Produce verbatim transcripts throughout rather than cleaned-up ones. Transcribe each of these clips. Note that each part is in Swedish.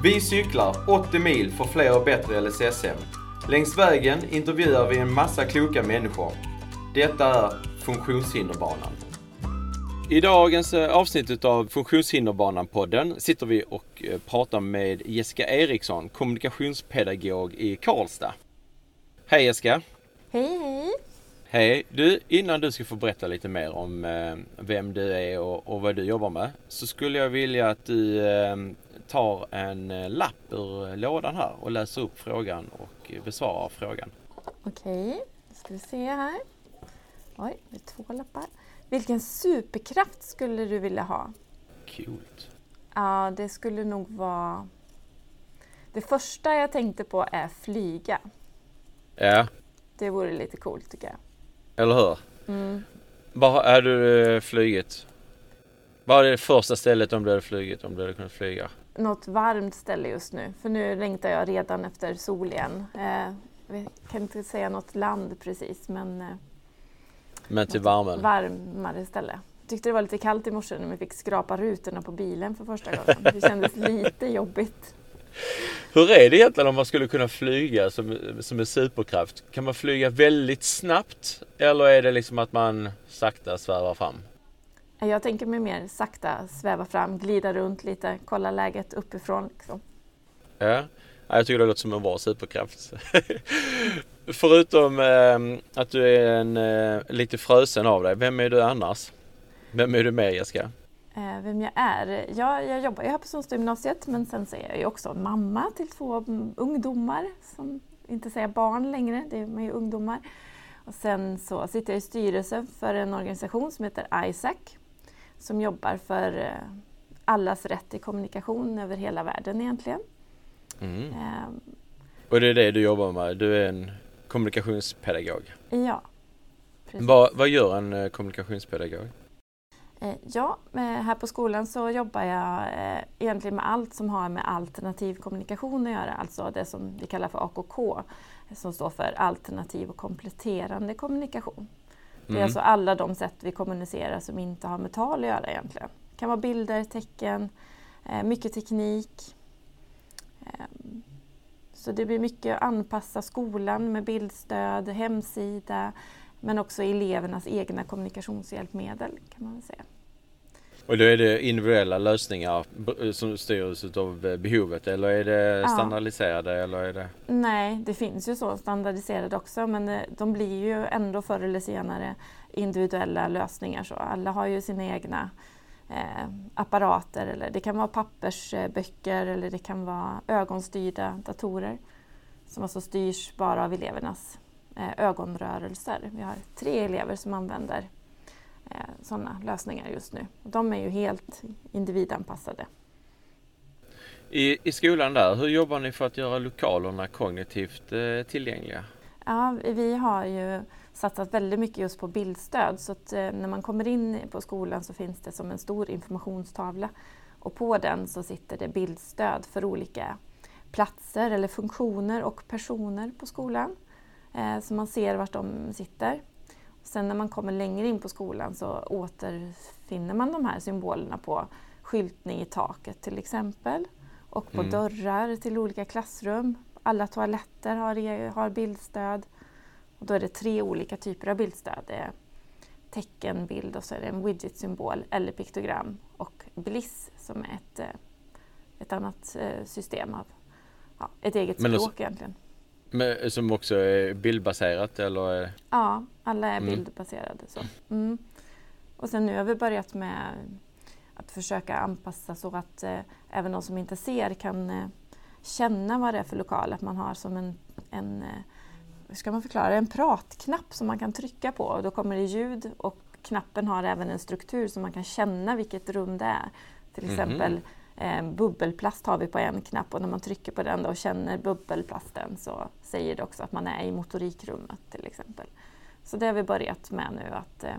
Vi cyklar åttio mil för fler och bättre L S S-hem. Längs vägen intervjuar vi en massa kloka människor. Detta är Funktionshinderbanan. I dagens avsnitt av Funktionshinderbanan-podden sitter vi och pratar med Jessica Eriksson, kommunikationspedagog i Karlstad. Hej Jessica! Hej hej! Hej! Du, innan du ska få berätta lite mer om eh, vem du är och, och vad du jobbar med, så skulle jag vilja att du eh, tar en lapp ur lådan här och läser upp frågan och besvarar frågan. Okej, då ska vi se här. Oj, det är två lappar. Vilken superkraft skulle du vilja ha? Coolt. Ja, det skulle nog vara... Det första jag tänkte på är flyga. Ja. Det vore lite coolt tycker jag. Eller hur? Mm. Var är du flygit? Vad är det första stället om du hade flygit, om du hade kunnat flyga? Något varmt ställe just nu. För nu längtar jag redan efter sol igen. Eh, jag kan inte säga något land precis, men... Eh, men till värmen? Varmare ställe. Jag tyckte det var lite kallt i morse när vi fick skrapa rutorna på bilen för första gången. Det kändes lite jobbigt. Hur är det egentligen om man skulle kunna flyga som, som en superkraft? Kan man flyga väldigt snabbt eller är det liksom att man sakta svävar fram? Jag tänker mig mer sakta sväva fram, glida runt lite, kolla läget uppifrån. Liksom. Ja, jag tycker det låter som en bra superkraft. Förutom eh, att du är en, eh, lite frösen av dig, vem är du annars? Vem är du med Jessica? Eh, vem jag är? Jag, jag jobbar jag här på Sundsgymnasiet, men sen så är jag ju också mamma till två ungdomar, som inte säger barn längre, det är ju ungdomar. Och sen så sitter jag i styrelsen för en organisation som heter I S A C, som jobbar för eh, allas rätt till kommunikation över hela världen egentligen. Mm. Eh, Och det är det du jobbar med, du är en kommunikationspedagog. Ja, precis. Vad, vad gör en eh, kommunikationspedagog? Eh, ja, här på skolan så jobbar jag eh, egentligen med allt som har med alternativ kommunikation att göra. Alltså det som vi kallar för A K K, som står för alternativ och kompletterande kommunikation. Det är Mm. alltså alla de sätt vi kommunicerar som inte har med tal att göra egentligen. Det kan vara bilder, tecken, eh, mycket teknik. Eh, så det blir mycket att anpassa skolan med bildstöd, hemsida, men också elevernas egna kommunikationshjälpmedel kan man säga. Och då är det individuella lösningar som styrs av behovet eller är det standardiserade? Ja. Eller är det... Nej, det finns ju så standardiserade också, men de blir ju ändå förr eller senare individuella lösningar. Så alla har ju sina egna eh, apparater, eller det kan vara pappersböcker eller det kan vara ögonstyrda datorer som alltså styrs bara av elevernas ögonrörelser. Vi har tre elever som använder eh, sådana lösningar just nu. De är ju helt individanpassade. I, I skolan där, hur jobbar ni för att göra lokalerna kognitivt eh, tillgängliga? Ja, vi har ju satsat väldigt mycket just på bildstöd. Så att eh, när man kommer in på skolan så finns det som en stor informationstavla. Och på den så sitter det bildstöd för olika platser eller funktioner och personer på skolan. Så man ser vart de sitter. Sen när man kommer längre in på skolan så återfinner man de här symbolerna på skyltning i taket till exempel. Och på mm. dörrar till olika klassrum. Alla toaletter har, har bildstöd. Och då är det tre olika typer av bildstöd. Det är teckenbild och så är det en widget-symbol eller piktogram. Och Bliss som är ett, ett annat system av ja, ett eget språk alltså, egentligen. Men, som också är bildbaserat eller? Ja, alla är mm. bildbaserade. Så. Mm. Och sen nu har vi börjat med att försöka anpassa så att eh, även de som inte ser kan eh, känna vad det är för lokal. Att man har som en, en eh, hur ska man förklara, en pratknapp som man kan trycka på. Och då kommer det ljud och knappen har även en struktur så man kan känna vilket rum det är. Till exempel mm. Eh, bubbelplast har vi på en knapp och när man trycker på den då och känner bubbelplasten så säger det också att man är i motorikrummet till exempel. Så det har vi börjat med nu att eh,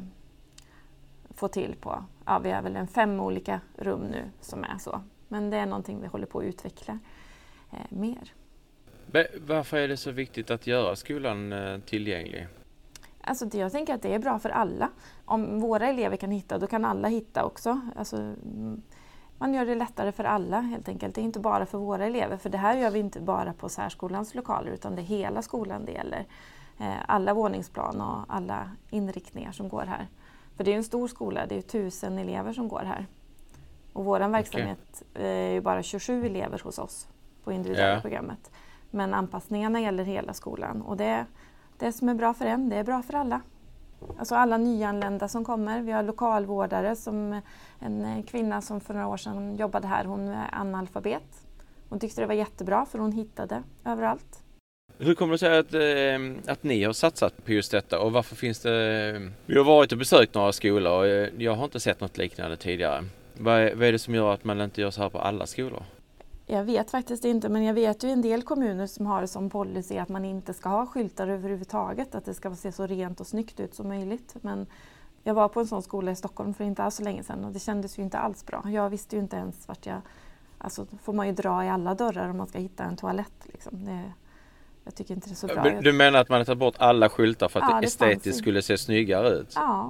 få till på. Ja, vi har väl en fem olika rum nu som är så. Men det är någonting vi håller på att utveckla eh, mer. Varför är det så viktigt att göra skolan eh, tillgänglig? Alltså det, jag tänker att det är bra för alla. Om våra elever kan hitta, då kan alla hitta också. Alltså, man gör det lättare för alla helt enkelt. Det är inte bara för våra elever, för det här gör vi inte bara på särskolans lokaler utan det är hela skolan det gäller. Alla våningsplan och alla inriktningar som går här. För det är en stor skola, det är tusen elever som går här. Och vår verksamhet okay. är ju bara tjugosju elever hos oss på individuella yeah. programmet. Men anpassningarna gäller hela skolan. Och det, det som är bra för en, det är bra för alla. Alltså alla nyanlända som kommer. Vi har lokalvårdare, som en kvinna som för några år sedan jobbade här. Hon är analfabet. Hon tyckte det var jättebra för hon hittade överallt. Hur kommer det sig att, eh, att ni har satsat på just detta och varför finns det... Vi har varit och besökt några skolor och jag har inte sett något liknande tidigare. Vad är, vad är det som gör att man inte gör så här på alla skolor? Jag vet faktiskt inte, men jag vet ju en del kommuner som har det som policy att man inte ska ha skyltar överhuvudtaget. Att det ska se så rent och snyggt ut som möjligt. Men jag var på en sån skola i Stockholm för inte alls så länge sedan och det kändes ju inte alls bra. Jag visste ju inte ens vart jag... Alltså får man ju dra i alla dörrar om man ska hitta en toalett liksom. Det, jag tycker inte det är så bra. Du menar att man har tagit bort alla skyltar för att ja, det estetiskt skulle se snyggare ut? Ja.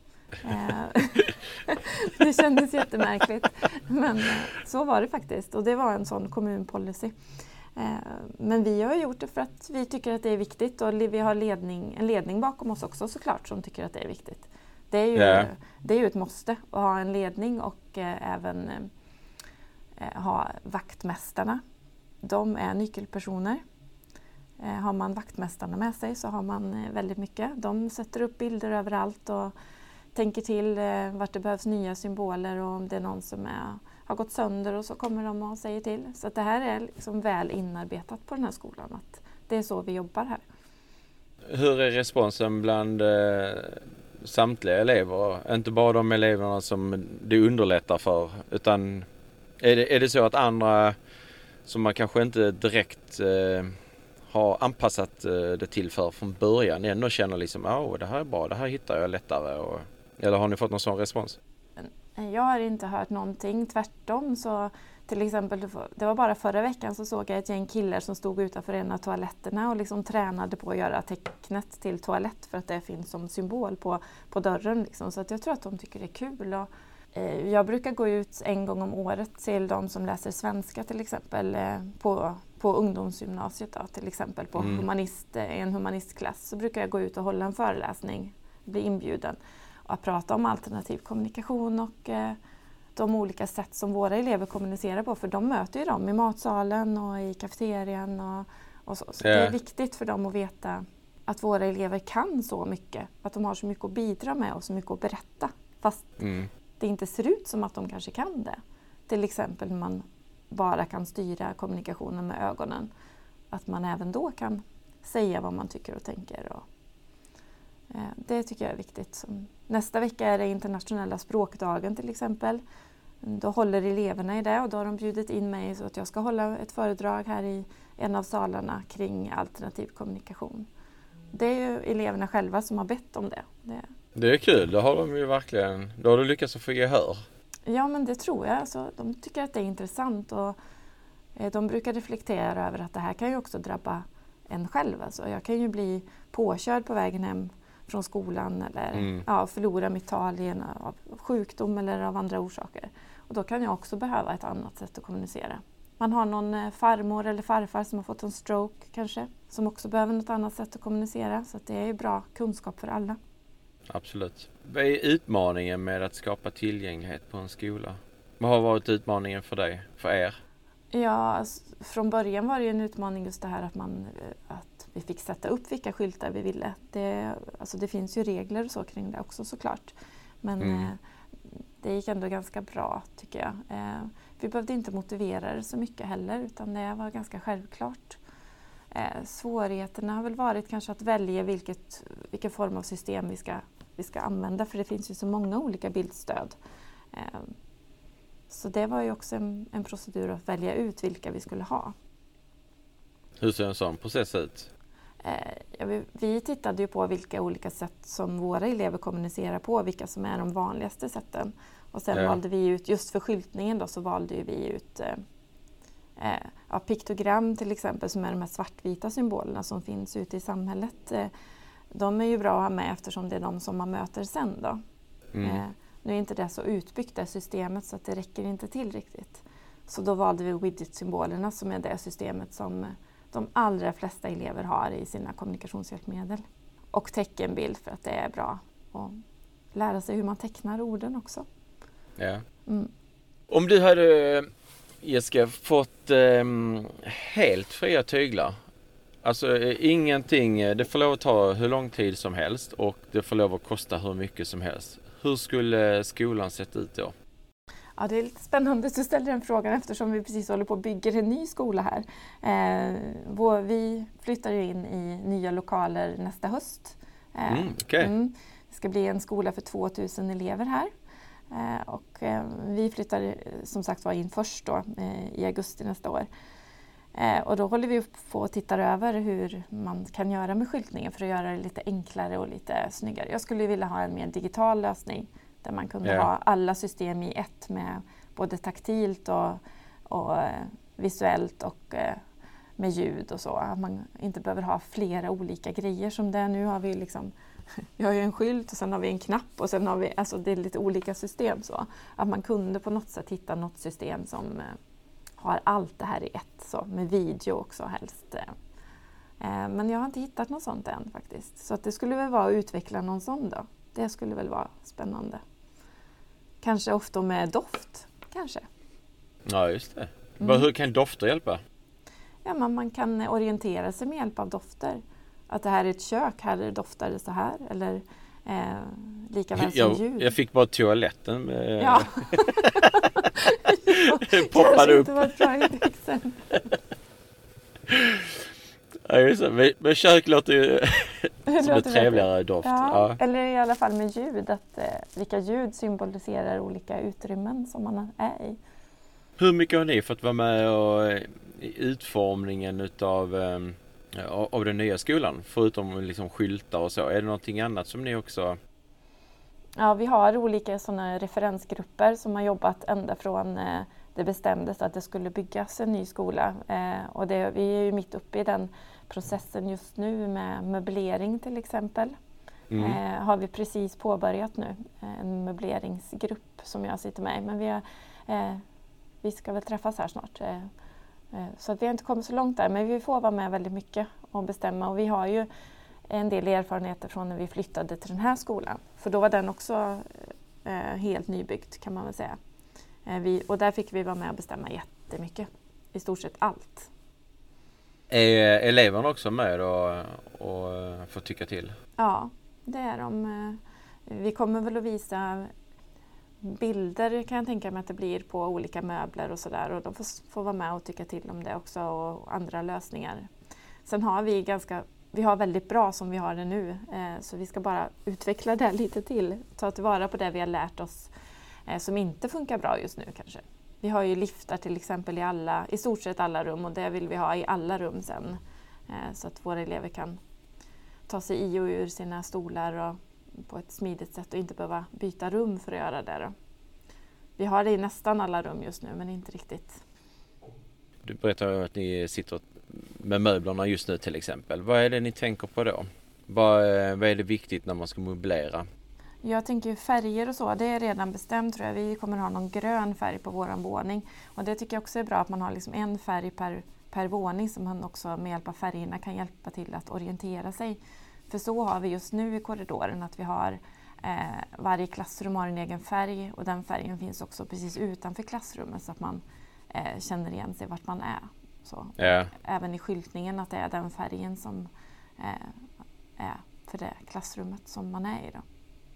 Det kändes jättemärkligt. Men så var det faktiskt. Och det var en sån kommunpolicy. Men vi har gjort det för att vi tycker att det är viktigt. Och vi har ledning, en ledning bakom oss också såklart som tycker att det är viktigt. Det är ju, yeah. det är ju ett måste att ha en ledning och även ha vaktmästarna. De är nyckelpersoner. Har man vaktmästarna med sig så har man väldigt mycket. De sätter upp bilder överallt och tänker till vart det behövs nya symboler och om det är någon som är, har gått sönder och så kommer de och säger till. Så att det här är liksom väl inarbetat på den här skolan. Att det är så vi jobbar här. Hur är responsen bland eh, samtliga elever? Inte bara de eleverna som det underlättar för utan är det, är det så att andra som man kanske inte direkt eh, har anpassat eh, det till för från början ändå känner liksom åh oh, det här är bra, det här hittar jag lättare och, eller har ni fått någon sån respons? Jag har inte hört någonting, tvärtom så till exempel det var bara förra veckan så såg jag ett gäng killar som stod utanför en av toaletterna och liksom tränade på att göra tecknet till toalett för att det finns som symbol på, på dörren liksom. Så att jag tror att de tycker det är kul och eh, jag brukar gå ut en gång om året till de som läser svenska till exempel eh, på på ungdomsgymnasiet då, till exempel på mm. humanist, en humanistklass så brukar jag gå ut och hålla en föreläsning, bli inbjuden och prata om alternativ kommunikation och eh, de olika sätt som våra elever kommunicerar på för de möter ju dem i matsalen och i kafeterian och, och så. Så yeah. Det är viktigt för dem att veta att våra elever kan så mycket, att de har så mycket att bidra med och så mycket att berätta fast mm. det inte ser ut som att de kanske kan det. Till exempel när man bara kan styra kommunikationen med ögonen. Att man även då kan säga vad man tycker och tänker. Och, eh, det tycker jag är viktigt. Som, nästa vecka är det internationella språkdagen till exempel. Då håller eleverna i det och då har de bjudit in mig så att jag ska hålla ett föredrag här i en av salarna kring alternativ kommunikation. Det är ju eleverna själva som har bett om det. Det, det är kul, då har de ju verkligen, då har du lyckats att få gehör. Ja, men det tror jag. Alltså, de tycker att det är intressant och eh, de brukar reflektera över att det här kan ju också drabba en själv. Alltså, jag kan ju bli påkörd på vägen hem från skolan eller mm. ja, förlora mitt tal i en, av sjukdom eller av andra orsaker. Och då kan jag också behöva ett annat sätt att kommunicera. Man har någon eh, farmor eller farfar som har fått en stroke kanske, som också behöver något annat sätt att kommunicera. Så att det är ju bra kunskap för alla. Absolut. Vad är utmaningen med att skapa tillgänglighet på en skola? Vad har varit utmaningen för dig, för er? Ja, alltså, från början var det ju en utmaning just det här att, man, att vi fick sätta upp vilka skyltar vi ville. Det, alltså det finns ju regler och så kring det också såklart. Men mm. eh, det gick ändå ganska bra tycker jag. Eh, vi behövde inte motivera det så mycket heller utan det var ganska självklart. Eh, svårigheterna har väl varit kanske att välja vilket, vilken form av system vi ska, vi ska använda för det finns ju så många olika bildstöd. Eh, så det var ju också en, en procedur att välja ut vilka vi skulle ha. Hur ser en sån process ut? Eh, ja, vi, vi tittade ju på vilka olika sätt som våra elever kommunicerar på, vilka som är de vanligaste sätten. Och sen ja. valde vi ut, just för skyltningen då, så valde vi ut eh, Eh, ja, piktogram till exempel som är de här svartvita symbolerna som finns ute i samhället. Eh, de är ju bra att ha med eftersom det är de som man möter sen då. Mm. Eh, Nu är inte det så utbyggt det systemet så att det räcker inte till riktigt. Så då valde vi widget-symbolerna som är det systemet som de allra flesta elever har i sina kommunikationshjälpmedel. Och teckenbild för att det är bra att lära sig hur man tecknar orden också. Ja. Mm. Om du hade, Jessica, fått eh, helt fria tyglar, alltså eh, ingenting, det får lov att ta hur lång tid som helst och det får lov att kosta hur mycket som helst. Hur skulle skolan sett ut då? Ja, det är lite spännande att du ställer den frågan eftersom vi precis håller på att bygga en ny skola här. Eh, vår, vi flyttar ju in i nya lokaler nästa höst. Eh, mm, okay. mm, det ska bli en skola för tvåtusen elever här. Eh, och eh, vi flyttar som sagt var in först då, eh, i augusti nästa år. Eh, och då håller vi på och tittar över hur man kan göra med skyltningen för att göra det lite enklare och lite snyggare. Jag skulle vilja ha en mer digital lösning. Där man kunde ja. ha alla system i ett med både taktilt och, och eh, visuellt och eh, med ljud och så. Att man inte behöver ha flera olika grejer som det är. Nu har vi liksom, vi har ju en skylt och sen har vi en knapp och sen har vi, alltså det är lite olika system så. Att man kunde på något sätt hitta något system som eh, har allt det här i ett så. Med video också helst. Eh, men jag har inte hittat något sånt än faktiskt. Så att det skulle väl vara att utveckla någon sån då. Det skulle väl vara spännande. Kanske ofta med doft, kanske. Ja, just det. Mm. Hur kan dofter hjälpa? Ja, man, man kan orientera sig med hjälp av dofter. Att det här är ett kök, här doftar det så här. Eller eh, lika väl som jag, ljud. Jag fick bara toaletten med... Ja. Poppade upp. Det var ett bra exempel. Ja, just det. Men kök låter ju som en trevligare doft. Ja, ja. Eller i alla fall med ljud. Att, eh, vilka ljud symboliserar olika utrymmen som man är i. Hur mycket har ni fått vara med och, i utformningen utav, eh, av den nya skolan? Förutom liksom skyltar och så. Är det någonting annat som ni också... Ja, vi har olika sådana referensgrupper som har jobbat ända från... Eh, det bestämdes att det skulle byggas en ny skola eh, och det, vi är ju mitt uppe i den processen just nu med möblering till exempel. Mm. Eh, har vi precis påbörjat nu, en möbleringsgrupp som jag sitter med i. Men vi, har, eh, vi ska väl träffas här snart. Eh, eh, så att vi har inte kommit så långt där, men vi får vara med väldigt mycket och bestämma. Och vi har ju en del erfarenheter från när vi flyttade till den här skolan. För då var den också eh, helt nybyggd kan man väl säga. Vi, och där fick vi vara med och bestämma jättemycket. I stort sett allt. Är eleverna också med och, och får tycka till? Ja, det är de. Vi kommer väl att visa bilder kan jag tänka mig att det blir på olika möbler och sådär. Och de får, får vara med och tycka till om det också och andra lösningar. Sen har vi ganska, vi har väldigt bra som vi har det nu. Så vi ska bara utveckla det lite till. Ta tillvara på det vi har lärt oss. Som inte funkar bra just nu kanske. Vi har ju liftar till exempel i, alla, i stort sett alla rum och det vill vi ha i alla rum sen. Så att våra elever kan ta sig i och ur sina stolar och på ett smidigt sätt och inte behöva byta rum för att göra det. Då. Vi har det i nästan alla rum just nu men inte riktigt. Du berättar att ni sitter med möblerna just nu till exempel. Vad är det ni tänker på då? Vad, vad är det viktigt när man ska möblera? Jag tänker färger och så, det är redan bestämt tror jag. Vi kommer ha någon grön färg på våran våning. Och det tycker jag också är bra att man har liksom en färg per, per våning som man också med hjälp av färgerna kan hjälpa till att orientera sig. För så har vi just nu i korridoren att vi har eh, varje klassrum har en egen färg och den färgen finns också precis utanför klassrummet så att man eh, känner igen sig vart man är. Så, ja. Även i skyltningen att det är den färgen som eh, är för det klassrummet som man är i då.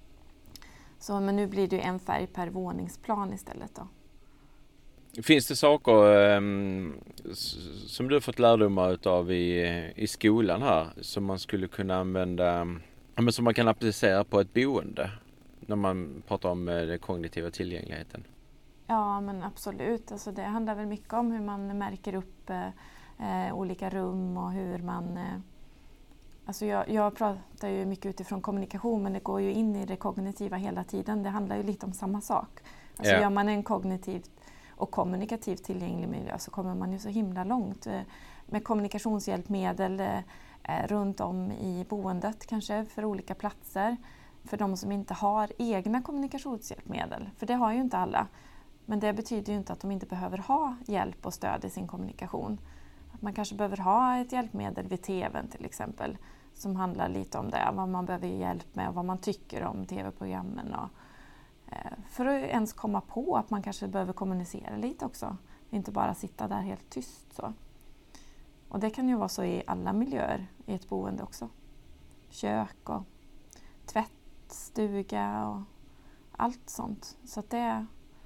Så, men nu blir det en färg per våningsplan istället då. Finns det saker um, som du har fått lärdomar utav i, i skolan här som man skulle kunna använda, men som man kan applicera på ett boende när man pratar om den kognitiva tillgängligheten? Ja men absolut, alltså, det handlar väl mycket om hur man märker upp eh, olika rum och hur man eh, Alltså jag, jag pratar ju mycket utifrån kommunikation men det går ju in i det kognitiva hela tiden. Det handlar ju lite om samma sak. Alltså yeah. Gör man en kognitivt och kommunikativt tillgänglig miljö så kommer man ju så himla långt. Med kommunikationshjälpmedel eh, runt om i boendet kanske för olika platser. för de som inte har egna kommunikationshjälpmedel. För det har ju inte alla. Men det betyder ju inte att de inte behöver ha hjälp och stöd i sin kommunikation. Att man kanske behöver ha ett hjälpmedel vid tvn till exempel. Som handlar lite om det, vad man behöver hjälp med och vad man tycker om tv-programmen. Och, eh, för att ens komma på att man kanske behöver kommunicera lite också. Inte bara sitta där helt tyst så. Och det kan ju vara så i alla miljöer i ett boende också. Kök och tvättstuga och allt sånt. Så att det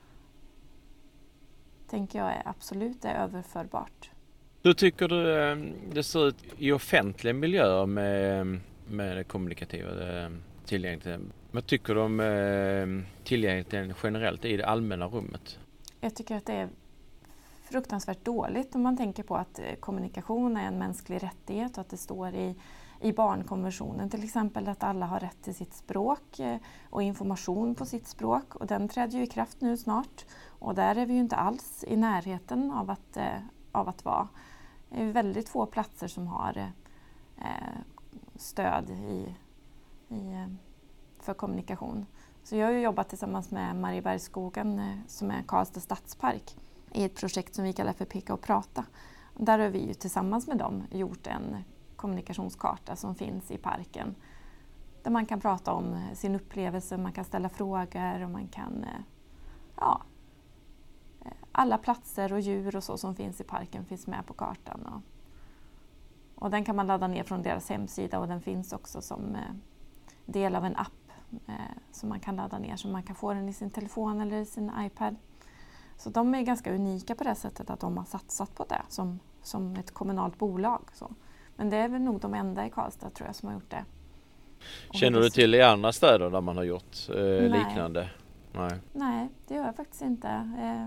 tänker jag är absolut är överförbart. Hur tycker du det ser ut i offentliga miljöer med, med det kommunikativa tillgängligheten? Vad tycker du om tillgängligheten generellt i det allmänna rummet? Jag tycker att det är fruktansvärt dåligt om man tänker på att kommunikation är en mänsklig rättighet och att det står i, i barnkonventionen till exempel att alla har rätt till sitt språk och information på sitt språk. Och den träder ju i kraft nu snart och där är vi ju inte alls i närheten av att, av att vara. Det är väldigt få platser som har eh, stöd i, i, för kommunikation. Så jag har ju jobbat tillsammans med Mariebergsskogen eh, som är Karlstad stadspark i ett projekt som vi kallar för Peka och prata. Där har vi ju tillsammans med dem gjort en kommunikationskarta som finns i parken. Där man kan prata om sin upplevelse, man kan ställa frågor och man kan... Eh, ja, alla platser och djur och så som finns i parken finns med på kartan. Och, och den kan man ladda ner från deras hemsida och den finns också som eh, del av en app eh, som man kan ladda ner så man kan få den i sin telefon eller i sin iPad. Så de är ganska unika på det sättet att de har satsat på det som, som ett kommunalt bolag. Så. Men det är väl nog de enda i Karlstad tror jag som har gjort det. Och Känner du till i andra städer där man har gjort eh, Nej. liknande? Nej. Nej, det gör jag faktiskt inte. Eh,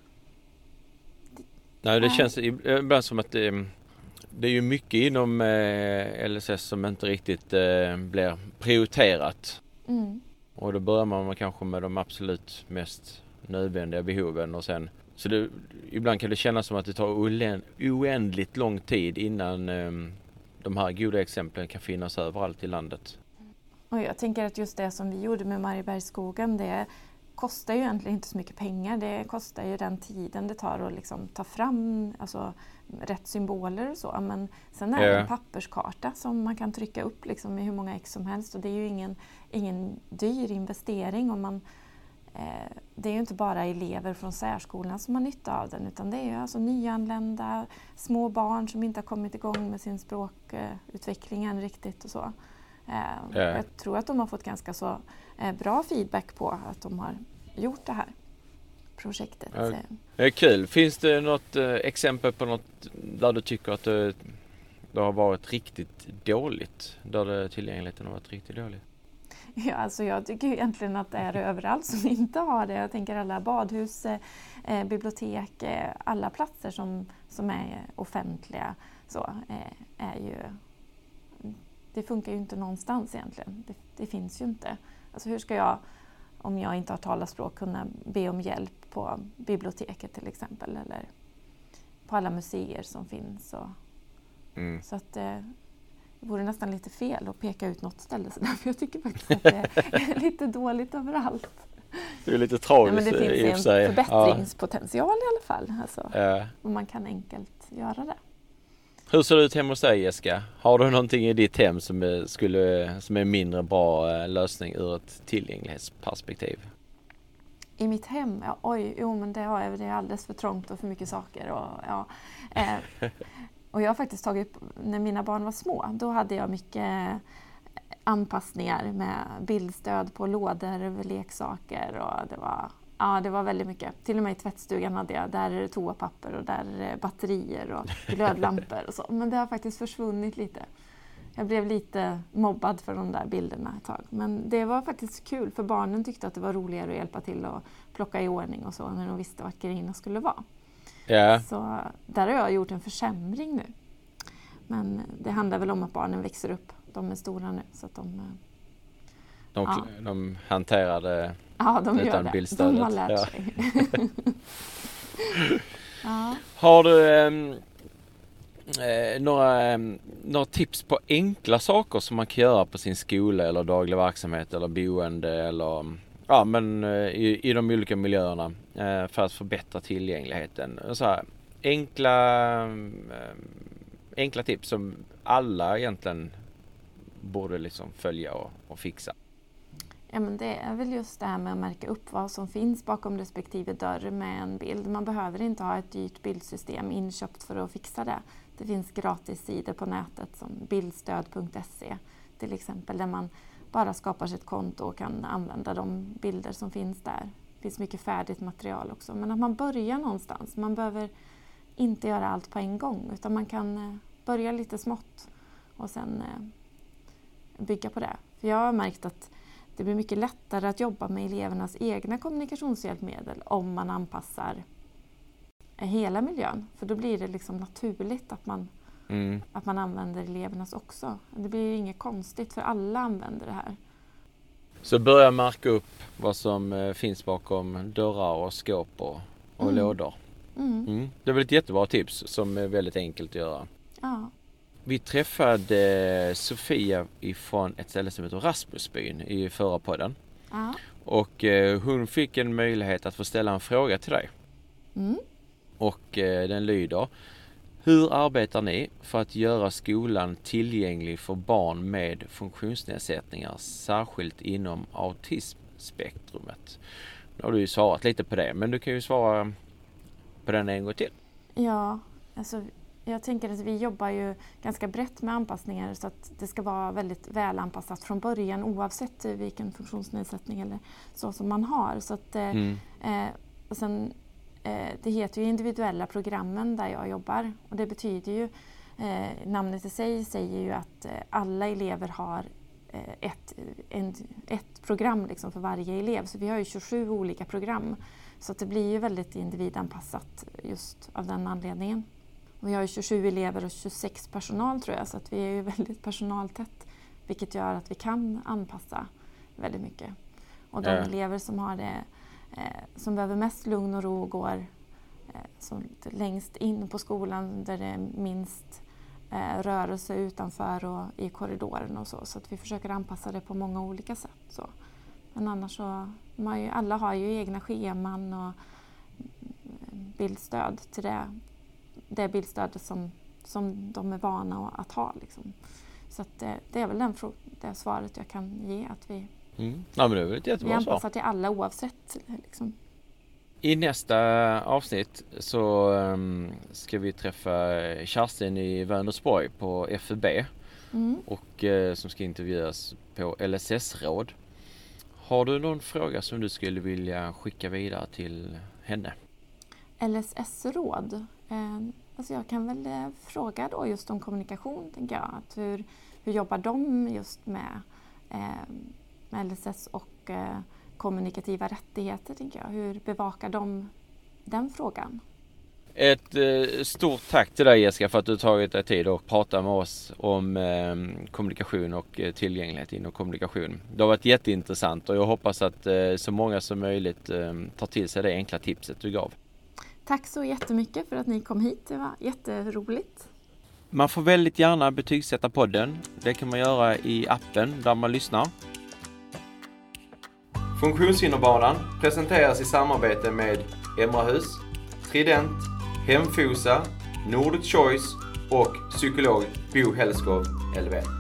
Nej, det känns ibland som att det, det är ju mycket inom eh, L S S som inte riktigt eh, blir prioriterat. Mm. Och då börjar man kanske med de absolut mest nödvändiga behoven och sen så det, ibland kan det kännas som att det tar oändligt lång tid innan eh, de här goda exemplen kan finnas överallt i landet. Och jag tänker att just det som vi gjorde med Mariebergsskogen, det kostar ju egentligen inte så mycket pengar. Det kostar ju den tiden det tar att liksom ta fram alltså, rätt symboler och så. Men sen är det en papperskarta som man kan trycka upp liksom, i hur många ex som helst. Och det är ju ingen, ingen dyr investering. Och man, eh, det är ju inte bara elever från särskolan som har nytta av den. Utan det är ju alltså nyanlända, små barn som inte har kommit igång med sin språkutveckling än riktigt och så. Eh, yeah. Jag tror att de har fått ganska så eh, bra feedback på att de har gjort det här projektet. Ja, det är kul. Finns det något eh, exempel på något där du tycker att det, det har varit riktigt dåligt? Där det, tillgängligheten har varit riktigt dåligt? Ja, alltså jag tycker egentligen att det är överallt som inte har det. Jag tänker alla badhus, eh, bibliotek, eh, alla platser som, som är offentliga så eh, är ju... Det funkar ju inte någonstans egentligen. Det, det finns ju inte. Alltså hur ska jag, om jag inte har talarspråk, kunna be om hjälp på biblioteket till exempel. Eller på alla museer som finns. Och, mm. Så att det vore nästan lite fel att peka ut något ställe. Så därför jag tycker faktiskt att det är lite dåligt överallt. Det är lite tragiskt. Ja, men det finns en förbättringspotential ja. i alla fall. Alltså, ja. Och man kan enkelt göra det. Hur ser det ut hemma hos dig, Jessica? Har du någonting i ditt hem som är, skulle, som är mindre bra lösning ur ett tillgänglighetsperspektiv? I mitt hem? Ja, oj, jo men det har jag. Det är alldeles för trångt och för mycket saker. Och, ja, eh, och jag har faktiskt tagit, när mina barn var små, då hade jag mycket anpassningar med bildstöd på lådor, leksaker och det var... Ja, det var väldigt mycket. Till och med i tvättstugan hade jag, där är det toapapper och där är det batterier och glödlampor och så. Men det har faktiskt försvunnit lite. Jag blev lite mobbad för de där bilderna ett tag. Men det var faktiskt kul för barnen tyckte att det var roligare att hjälpa till och plocka i ordning och så när de visste vart grejerna skulle vara. Yeah. Så där har jag gjort en försämring nu. Men det handlar väl om att barnen växer upp. De är stora nu så att de... De, ja. de hanterade ja, de utan gör bildstödet. De har lärt ja. sig. ja. Har du, eh, några, några tips på enkla saker som man kan göra på sin skola eller daglig verksamhet eller boende eller ja, men, eh, i, i de olika miljöerna eh, för att förbättra tillgängligheten. Så här, enkla, eh, enkla tips som alla egentligen borde liksom följa och, och fixa. Ja, men det är väl just det här med att märka upp vad som finns bakom respektive dörr med en bild. Man behöver inte ha ett dyrt bildsystem inköpt för att fixa det. Det finns gratis sidor på nätet som bildstöd punkt se till exempel, där man bara skapar sitt konto och kan använda de bilder som finns där. Det finns mycket färdigt material också. Men att man börjar någonstans. Man behöver inte göra allt på en gång, utan man kan börja lite smått och sen bygga på det. För jag har märkt att det blir mycket lättare att jobba med elevernas egna kommunikationshjälpmedel om man anpassar hela miljön. För då blir det liksom naturligt att man, mm. att man använder elevernas också. Det blir ju inget konstigt, för alla använder det här. Så börja märka upp vad som finns bakom dörrar och skåp och, och mm. lådor. Mm. Mm. Det är väl ett jättebra tips som är väldigt enkelt att göra. Ja. Vi träffade Sofia ifrån ett ställe som heter Rasmusbyn i förra podden. Ja. Och eh, hon fick en möjlighet att få ställa en fråga till dig. Mm. Och eh, den lyder: hur arbetar ni för att göra skolan tillgänglig för barn med funktionsnedsättningar, särskilt inom autismspektrumet? Nu har du ju svarat lite på det, men du kan ju svara på den en gång till. Ja, alltså jag tänker att vi jobbar ju ganska brett med anpassningar så att det ska vara väldigt väl anpassat från början oavsett vilken funktionsnedsättning eller så som man har. Så att, mm. eh, och sen, eh, det heter ju individuella programmen där jag jobbar, och det betyder ju, eh, namnet i sig säger ju att eh, alla elever har eh, ett, en, ett program liksom för varje elev. Så vi har ju tjugosju olika program, så att det blir ju väldigt individanpassat just av den anledningen. Vi har ju tjugosju elever och tjugosex personal tror jag, så att vi är ju väldigt personaltätt, vilket gör att vi kan anpassa väldigt mycket. Och de ja. elever som har det, eh, som behöver mest lugn och ro går eh, som längst in på skolan där det är minst eh, rörelse utanför och i korridoren och så. Så att vi försöker anpassa det på många olika sätt. Så. Men annars så, man ju, alla har ju egna scheman och bildstöd till det. Det bildstödet som, som de är vana att ha. Liksom. Så att det, det är väl den, det svaret jag kan ge. Att vi, mm. ja, men det är väl ett jättebra vi anpassar till alla oavsett. Liksom. I nästa avsnitt så um, ska vi träffa Kerstin i Vänersborg på F U B. Mm. Och uh, som ska intervjuas på L S S-råd. Har du någon fråga som du skulle vilja skicka vidare till henne? L S S-råd? Eh, alltså jag kan väl eh, fråga då just om kommunikation, tänker jag. Att hur, hur jobbar de just med, eh, med L S S och eh, kommunikativa rättigheter, tänker jag. Hur bevakar de den frågan? Ett eh, stort tack till dig, Jessica, för att du tagit dig tid att prata med oss om eh, kommunikation och eh, tillgänglighet inom kommunikation. Det har varit jätteintressant och jag hoppas att eh, så många som möjligt eh, tar till sig det enkla tipset du gav. Tack så jättemycket för att ni kom hit. Det var jätteroligt. Man får väldigt gärna betygsätta podden. Det kan man göra i appen där man lyssnar. Funktionshinderbanan presenteras i samarbete med Emrahus, Trident, Hemfosa, Nordic Choice och psykolog Bo Hellskov L V.